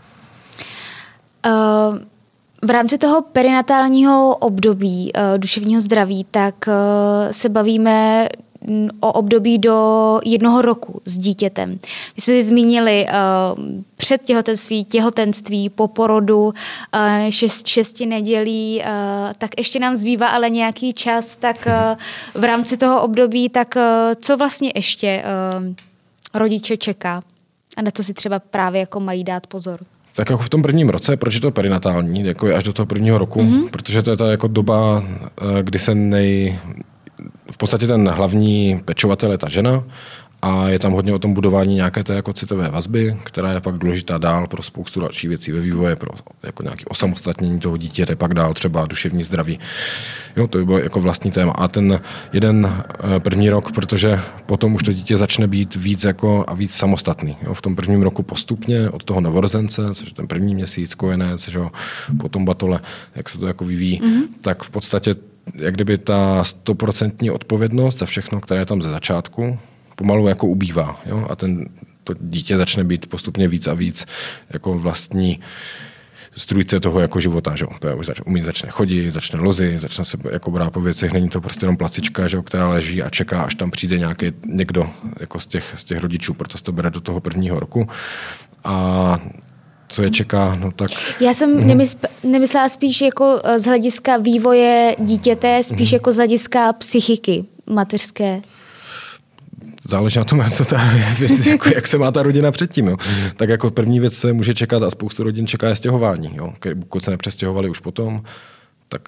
Speaker 1: V rámci toho perinatálního období duševního zdraví, tak se bavíme o období do 1 roku s dítětem. My jsme si zmínili před těhotenství, po porodu, 6 nedělí, tak ještě nám zbývá ale nějaký čas, tak v rámci toho období, tak co vlastně ještě rodiče čeká a na co si třeba právě jako mají dát pozor?
Speaker 2: Tak jako v tom prvním roce, proč je to perinatální, jako je až do toho 1. roku, protože to je ta jako doba, kdy se v podstatě ten hlavní pečovatel je ta žena a je tam hodně o tom budování nějaké té jako citové vazby, která je pak důležitá dál pro spoustu dalších věcí ve vývoji, pro jako nějaké osamostatnění toho dítěte, pak dál třeba duševní zdraví. Jo, to by bylo jako vlastní téma. A ten jeden 1. rok, protože potom už to dítě začne být víc jako a víc samostatný. Jo, v tom 1. roku postupně od toho novorozence, což je ten 1. měsíc, kojenec, že jo, potom batole, jak se to jako vyvíjí, tak v podstatě jak kdyby ta 100% odpovědnost za všechno, které je tam ze začátku, pomalu jako ubývá. Jo? A to dítě začne být postupně víc a víc jako vlastní strůjce toho jako života. Že? To je už začne chodit, začne lozit, začne se jako brát po věcech. Není to prostě jenom placička, že? Která leží a čeká, až tam přijde někdo jako z těch rodičů, proto se to bere do toho 1. roku. A co je čeká, no tak...
Speaker 1: Já jsem nemyslela spíš jako z hlediska vývoje dítěte, spíš jako z hlediska psychiky mateřské.
Speaker 2: Záleží na tom, jako, jak se má ta rodina předtím. Jo. Tak jako první věc se může čekat a spoustu rodin čeká je stěhování. Jo. Pokud se nepřestěhovali už potom, tak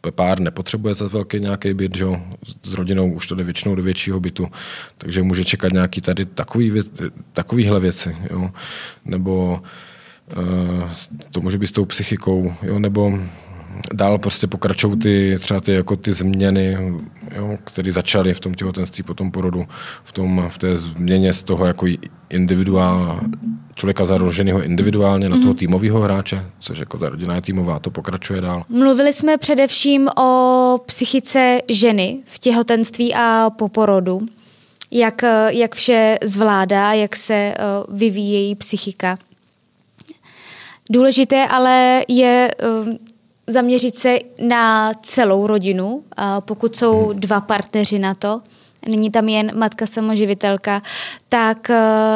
Speaker 2: pár nepotřebuje za velký nějaký byt, že? S rodinou už to jde většinou do většího bytu, takže může čekat nějaký tady takovýhle věci, jo? Nebo to může být s tou psychikou, jo? Nebo dál prostě pokračují třeba ty změny, jo, které začaly v tom těhotenství po tom porodu, v té změně z toho jako člověka založeného individuálně na toho týmového hráče, což jako ta rodina je týmová, to pokračuje dál.
Speaker 1: Mluvili jsme především o psychice ženy v těhotenství a po porodu. Jak vše zvládá, jak se vyvíjí její psychika. Důležité ale je zaměřit se na celou rodinu, pokud jsou dva partneři na to, není tam jen matka samoživitelka, tak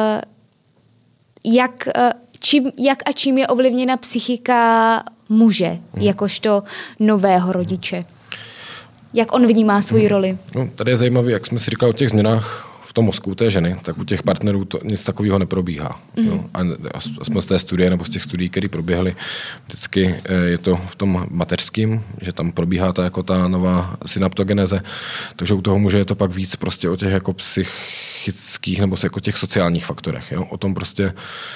Speaker 1: jak a čím je ovlivněna psychika muže, jakožto nového rodiče? Jak on vnímá svoji roli?
Speaker 2: No, tady je zajímavé, jak jsme si říkali o těch změnách v tom mozku té ženy, tak u těch partnerů to nic takového neprobíhá. Jo? A aspoň z té studie nebo z těch studií, které proběhly, vždycky je to v tom mateřském, že tam probíhá ta nová synaptogeneze, takže u toho muže je to pak víc prostě o těch jako psychických nebo jako těch sociálních faktorech. Jo? O tom prostě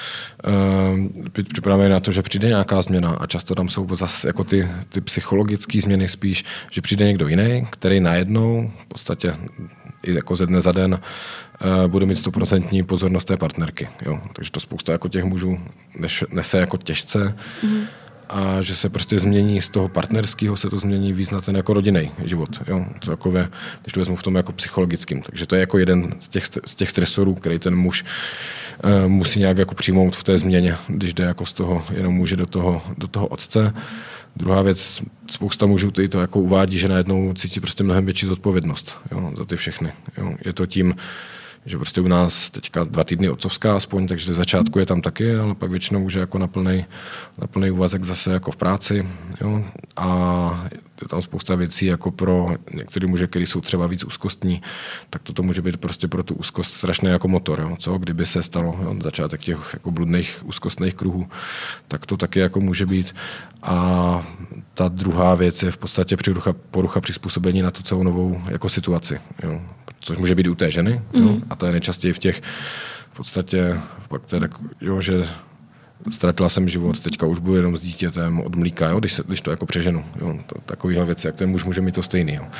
Speaker 2: připravujeme na to, že přijde nějaká změna a často tam jsou zase jako ty psychologické změny spíš, že přijde někdo jiný, který najednou v podstatě i jako ze dne za den bude mít 100% pozornost té partnerky. Jo? Takže to spousta jako těch mužů nese jako těžce a že se prostě změní z toho partnerského, se to změní víc na ten jako rodinný život. Jo? Celkově, když to vezmu v tom jako psychologickým. Takže to je jako jeden z těch stresorů, který ten muž musí nějak jako přijmout v té změně, když jde jako z toho jenom muže do toho otce. Druhá věc, spousta mužů to jako uvádí, že najednou cítí prostě mnohem větší zodpovědnost, jo, za ty všechny. Jo. Je to tím, že prostě u nás teďka 2 týdny otcovská aspoň, takže z začátku je tam taky, ale pak většinou už je jako na plný úvazek zase jako v práci. Jo. A je tam spousta věcí jako pro některé muže, kteří jsou třeba víc úzkostní, tak to může být prostě pro tu úzkost strašný jako motor. Jo. Co kdyby se stalo začátek těch jako bludných úzkostných kruhů, tak to taky jako může být. A ta druhá věc je v podstatě porucha přizpůsobení na tu celou novou jako situaci. Jo. Což může být u té ženy, jo? A to je nejčastěji v podstatě pak to je tak, jo, že ztratila jsem život, teďka už budu jenom s dítětem od mlíka, jo? Když to jako přeženu. Jo? Takovýhle věci, jak ten muž může mít to stejný. Jo?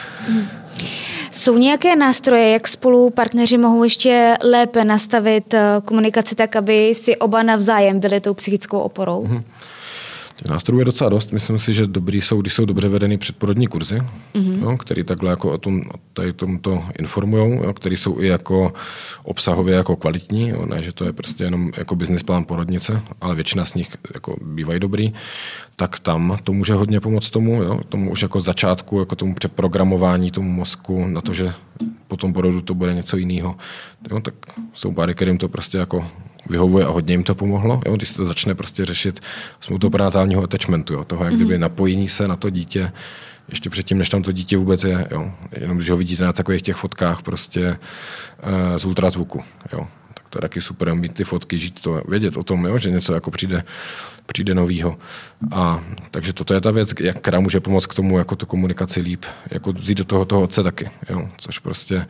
Speaker 1: Jsou nějaké nástroje, jak spolu partneři mohou ještě lépe nastavit komunikaci tak, aby si oba navzájem byli tou psychickou oporou?
Speaker 2: Těch nástrojů je docela dost. Myslím si, že dobrý jsou, když jsou dobře vedeny předporodní kurzy, jo, který takhle jako o tomto informujou, který jsou i jako obsahově jako kvalitní, jo, ne, že to je prostě jenom jako business plán porodnice, ale většina z nich jako bývají dobrý, tak tam to může hodně pomoct tomu už jako začátku, jako tomu přeprogramování tomu mozku na to, že po tom porodu to bude něco jiného. Jo, tak jsou páry, kterým to prostě jako vyhovuje a hodně jim to pomohlo, jo, když se to začne prostě řešit z toho prenatálního attachmentu, jo, toho jak kdyby napojení se na to dítě ještě předtím, než tam to dítě vůbec je, jo, jenom když ho vidíte na takových těch fotkách prostě z ultrazvuku, jo, tak to je taky super, mít ty fotky, žít to, vědět o tom, jo, že něco jako přijde novýho. A takže toto je ta věc, která může pomoct k tomu, jako tu komunikaci líp, jako vzít do toho otce taky, jo, což prostě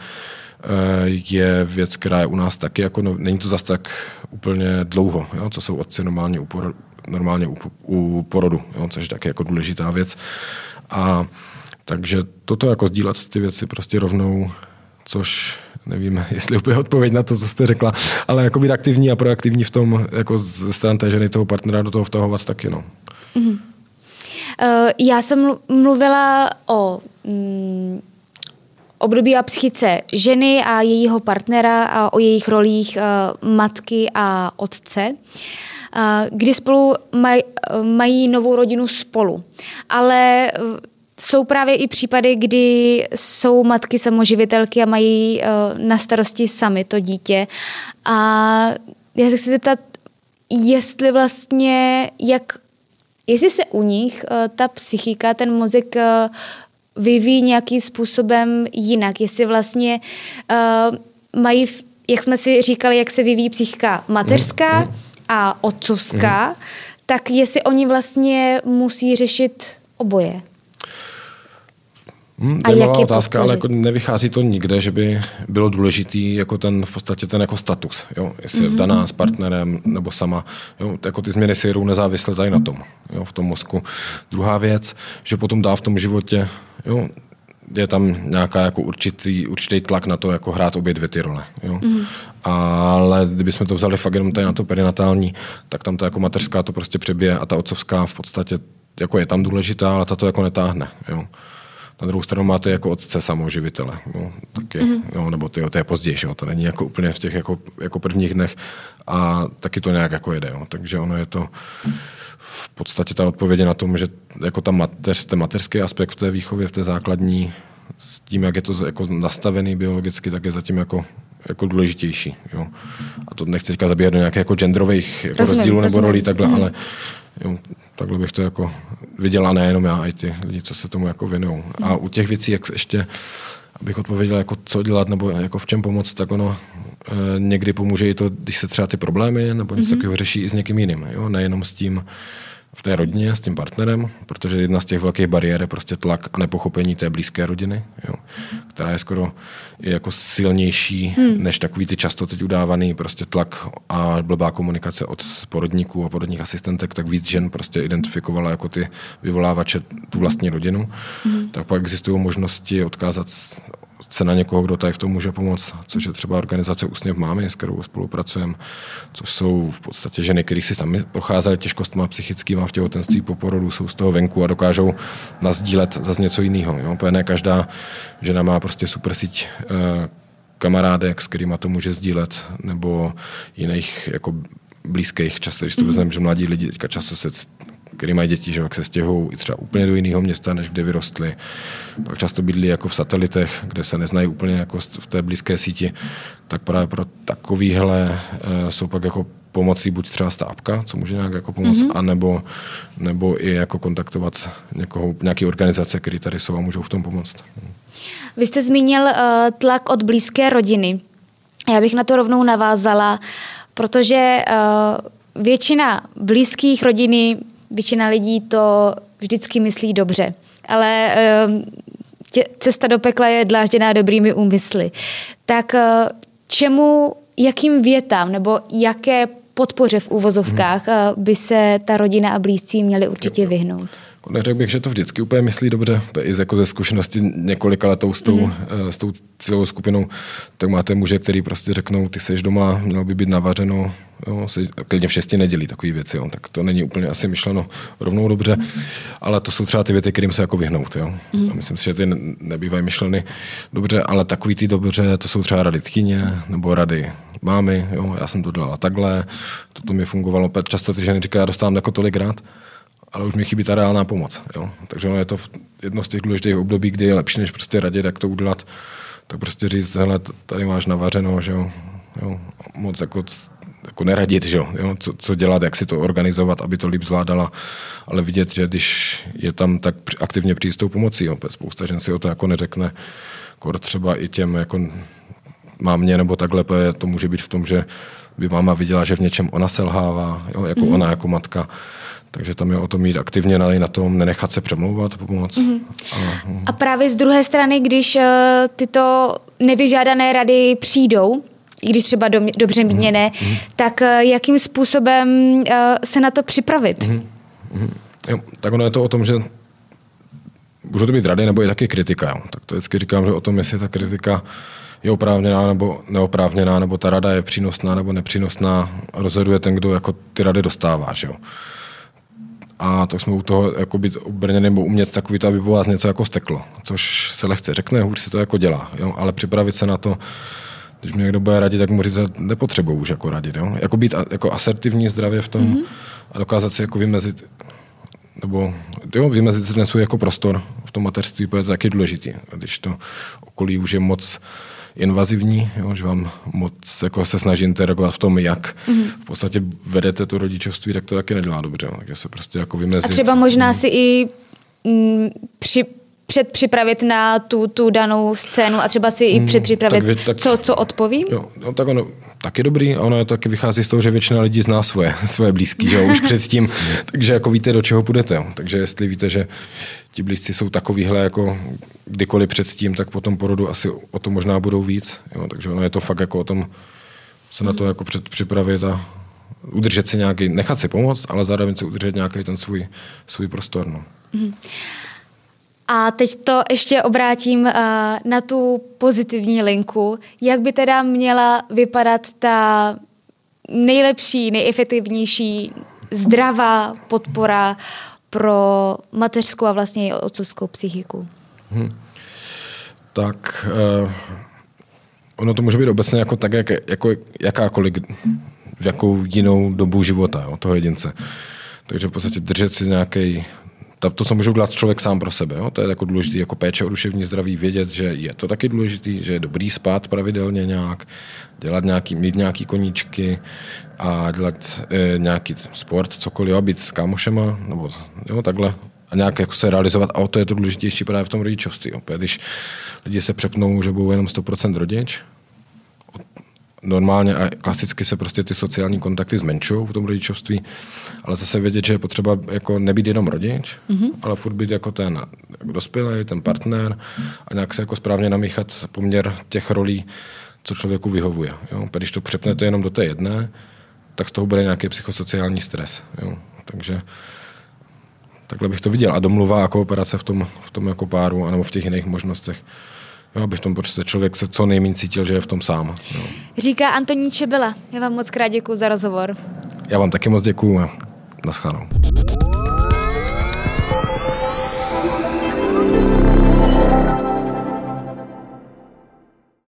Speaker 2: je věc, která je u nás taky, jako není to zase tak úplně dlouho, jo, co jsou otci normálně u porodu, jo, což je taky jako důležitá věc. A takže toto jako sdílet ty věci prostě rovnou, což nevím, jestli úplně odpověď na to, co jste řekla, ale jako být aktivní a proaktivní v tom, jako ze strany té ženy, toho partnera do toho vtahovat taky, no.
Speaker 1: Já jsem mluvila o období a psychice ženy a jejího partnera a o jejich rolích matky a otce, kdy spolu mají novou rodinu spolu. Ale jsou právě i případy, kdy jsou matky samoživitelky a mají na starosti sami to dítě. A já se chci zeptat, jestli vlastně, jestli se u nich ta psychika, ten mozek vyvíjí nějakým způsobem jinak. Jestli vlastně mají, jak jsme si říkali, jak se vyvíjí psychika mateřská a otcovská, tak jestli oni vlastně musí řešit oboje.
Speaker 2: Zajímavá otázka, ale jako nevychází to nikde, že by bylo důležitý jako v podstatě ten jako status. Jo? Jestli je daná s partnerem nebo sama. Jo? Jako ty změny si jedou nezávisle tady na tom, jo? V tom mozku. Druhá věc, že potom dá v tom životě, jo? Je tam nějaká jako určitý tlak na to, jako hrát obě dvě ty role. Jo? Ale kdybychom to vzali fakt jenom tady na to perinatální, tak tam ta jako mateřská to prostě přebije a ta otcovská v podstatě jako je tam důležitá, ale ta to jako netáhne. Jo? Na druhou stranu máte jako otce samoživitele. Jo? Taky, jo? Nebo to je později, jo? To není jako úplně v těch jako prvních dnech a taky to nějak jako jede. Jo? Takže ono je to v podstatě ta odpověď na tom, že jako ten mateřský aspekt v té výchově, v té základní, s tím, jak je to jako nastavený biologicky, tak je zatím jako důležitější. Jo. A to nechci teďka zabíhat do nějakých jako genderových jako rozdílů nebo rolí takhle, ale jo, takhle bych to jako viděla nejenom já, i ty lidi, co se tomu jako věnují. A u těch věcí, jak ještě, abych odpověděl, jako co dělat nebo jako v čem pomoct, tak ono někdy pomůže i to, když se třeba ty problémy nebo něco takového řeší i s někým jiným. Jo? Nejenom s tím v té rodině, s tím partnerem, protože jedna z těch velkých bariér je prostě tlak a nepochopení té blízké rodiny, jo? Která je skoro jako silnější než takový ty často teď udávaný prostě tlak a blbá komunikace od porodníků a porodních asistentek, tak víc žen prostě identifikovala jako ty vyvolávače tu vlastní rodinu. Tak pak existují možnosti odkázat se na někoho, kdo tady v tom může pomoct, což je třeba organizace Úsměv mámy, s kterou spolupracujeme, což jsou v podstatě ženy, které si sami procházely těžkostma psychickýma v těhotenství po porodu, jsou z toho venku a dokážou nasdílet zase něco jiného. Jo? Ne každá žena má prostě super síť kamarádek, s kterýma to může sdílet, nebo jiných jako blízkých. Často, když to vezmeme, že mladí lidi teďka často který mají děti, že jak se stěhují i třeba úplně do jiného města, než kde vyrostli. Pak často bydlí jako v satelitech, kde se neznají úplně jako v té blízké síti. Tak právě pro takovýhle jsou pak jako pomocí buď třeba stápka, co může nějak jako pomoct, nebo i jako kontaktovat nějaký organizace, které tady jsou a můžou v tom pomoct.
Speaker 1: Vy jste zmínil tlak od blízké rodiny. Já bych na to rovnou navázala, protože většina blízkých rodiny, většina lidí to vždycky myslí dobře, ale cesta do pekla je dlážděná dobrými úmysly. Tak jakým větám nebo jaké podpoře v úvozovkách by se ta rodina a blízcí měli určitě vyhnout?
Speaker 2: Neřekl bych, že to vždycky úplně myslí dobře. I jako ze zkušenosti několika letou s tou celou skupinou, tak máte muže, který prostě řeknou, ty seš doma, mělo by být navařeno, jo, klidně v 6 nedělí takový věci, jo, tak to není úplně asi myšleno rovnou dobře, ale to jsou třeba ty věty, kterým se jako vyhnout. Jo. A myslím si, že ty nebývají myšleny dobře, ale takový ty dobře, to jsou třeba rady tchyně nebo rady mámy, jo, já jsem to dělala takhle, toto mi fungovalo, často ty ženy říkají, já dostávám jako tolik rád, ale už mi chybí ta reálná pomoc. Jo? Takže ono je to jedno z těch důležitých období, kdy je lepší, než prostě radit, jak to udělat, tak prostě říct, hele, tady máš navařeno, že jo, moc jako neradit, že jo, co dělat, jak si to organizovat, aby to líp zvládala, ale vidět, že když je tam, tak aktivně přijít s tou pomocí, jo? Spousta žen si o to jako neřekne, kor třeba i těm jako mámě nebo takhle, to může být v tom, že by máma viděla, že v něčem ona selhává, jo? Jako ona jako matka. Takže tam je o tom mít aktivně na tom, nenechat se přemlouvat, pomoct.
Speaker 1: A právě z druhé strany, když tyto nevyžádané rady přijdou, i když třeba dobře míněné, tak jakým způsobem se na to připravit?
Speaker 2: Jo, tak ono je to o tom, že můžou to být rady, nebo i taky kritika. Jo. Tak to vždycky říkám, že o tom, jestli ta kritika je oprávněná nebo neoprávněná, nebo ta rada je přínosná nebo nepřínosná, rozhoduje ten, kdo jako ty rady dostává. Že jo. A tak jsme u toho jako být obrněný nebo umět takový to, aby po vás něco jako steklo. Což se lehce řekne, hůř si to jako dělá. Jo? Ale připravit se na to, když mě někdo bude radit, tak mu říct, nepotřebuji už jako radit. Jo? Jako být jako asertivní, zdravě v tom a dokázat si jako vymezit, nebo vymezit si ten svůj jako prostor v tom mateřství, protože to je taky důležitý. A když to okolí už je moc invazivní, jo, že vám moc jako se snaží interagovat v tom, jak v podstatě vedete to rodičovství, tak to taky nedělá dobře. Takže se prostě jako vymezit.
Speaker 1: A třeba možná si i předpřipravit na tu danou scénu a třeba si i předpřipravit, co odpovím?
Speaker 2: Jo, no, tak ono taky dobrý a ono taky vychází z toho, že většina lidí zná svoje blízký, že jo, už předtím, takže jako víte, do čeho půjdete. Jo. Takže jestli víte, že ti blízci jsou takovýhle jako kdykoliv předtím, tak po tom porodu asi o tom možná budou víc. Jo. Takže ono je to fakt jako o tom se na to jako předpřipravit a udržet si nějaký, nechat si pomoct, ale zároveň si udržet nějaký ten svůj prostor. No.
Speaker 1: A teď to ještě obrátím na tu pozitivní linku. Jak by teda měla vypadat ta nejlepší, nejefektivnější, zdravá podpora pro mateřskou a vlastně i otcovskou psychiku?
Speaker 2: Tak ono to může být obecně jako tak, jako jakákoliv, v jakou jinou dobu života, jo, toho jedince. Takže v podstatě držet si nějaký. To se může udělat člověk sám pro sebe. Jo? To je jako důležité, jako péče o duševní zdraví, vědět, že je to taky důležitý, že je dobrý spát pravidelně nějak, mít nějaký koníčky a dělat nějaký sport, cokoliv, jo? Být s kámošema, nebo jo, takhle. A nějak jako se realizovat. A to je to důležitější právě v tom rodičovství. Jo? Když lidi se přepnou, že budou jenom 100% rodič, normálně a klasicky se prostě ty sociální kontakty zmenšují v tom rodičovství, ale zase vědět, že je potřeba jako nebýt jenom rodič, ale furt být jako ten dospělý, ten partner a nějak se jako správně namíchat poměr těch rolí, co člověku vyhovuje. Jo? Když to přepnete jenom do té jedné, tak z toho bude nějaký psychosociální stres. Jo? Takže takhle bych to viděl. A domluva a kooperace v tom jako páru anebo v těch jiných možnostech. Jo, aby v tom prostě člověk se co nejméně cítil, že je v tom sám. Jo.
Speaker 1: Říká Antonín Čebela. Já vám moc krát děkuju za rozhovor.
Speaker 2: Já vám taky moc děkuju a naschledanou.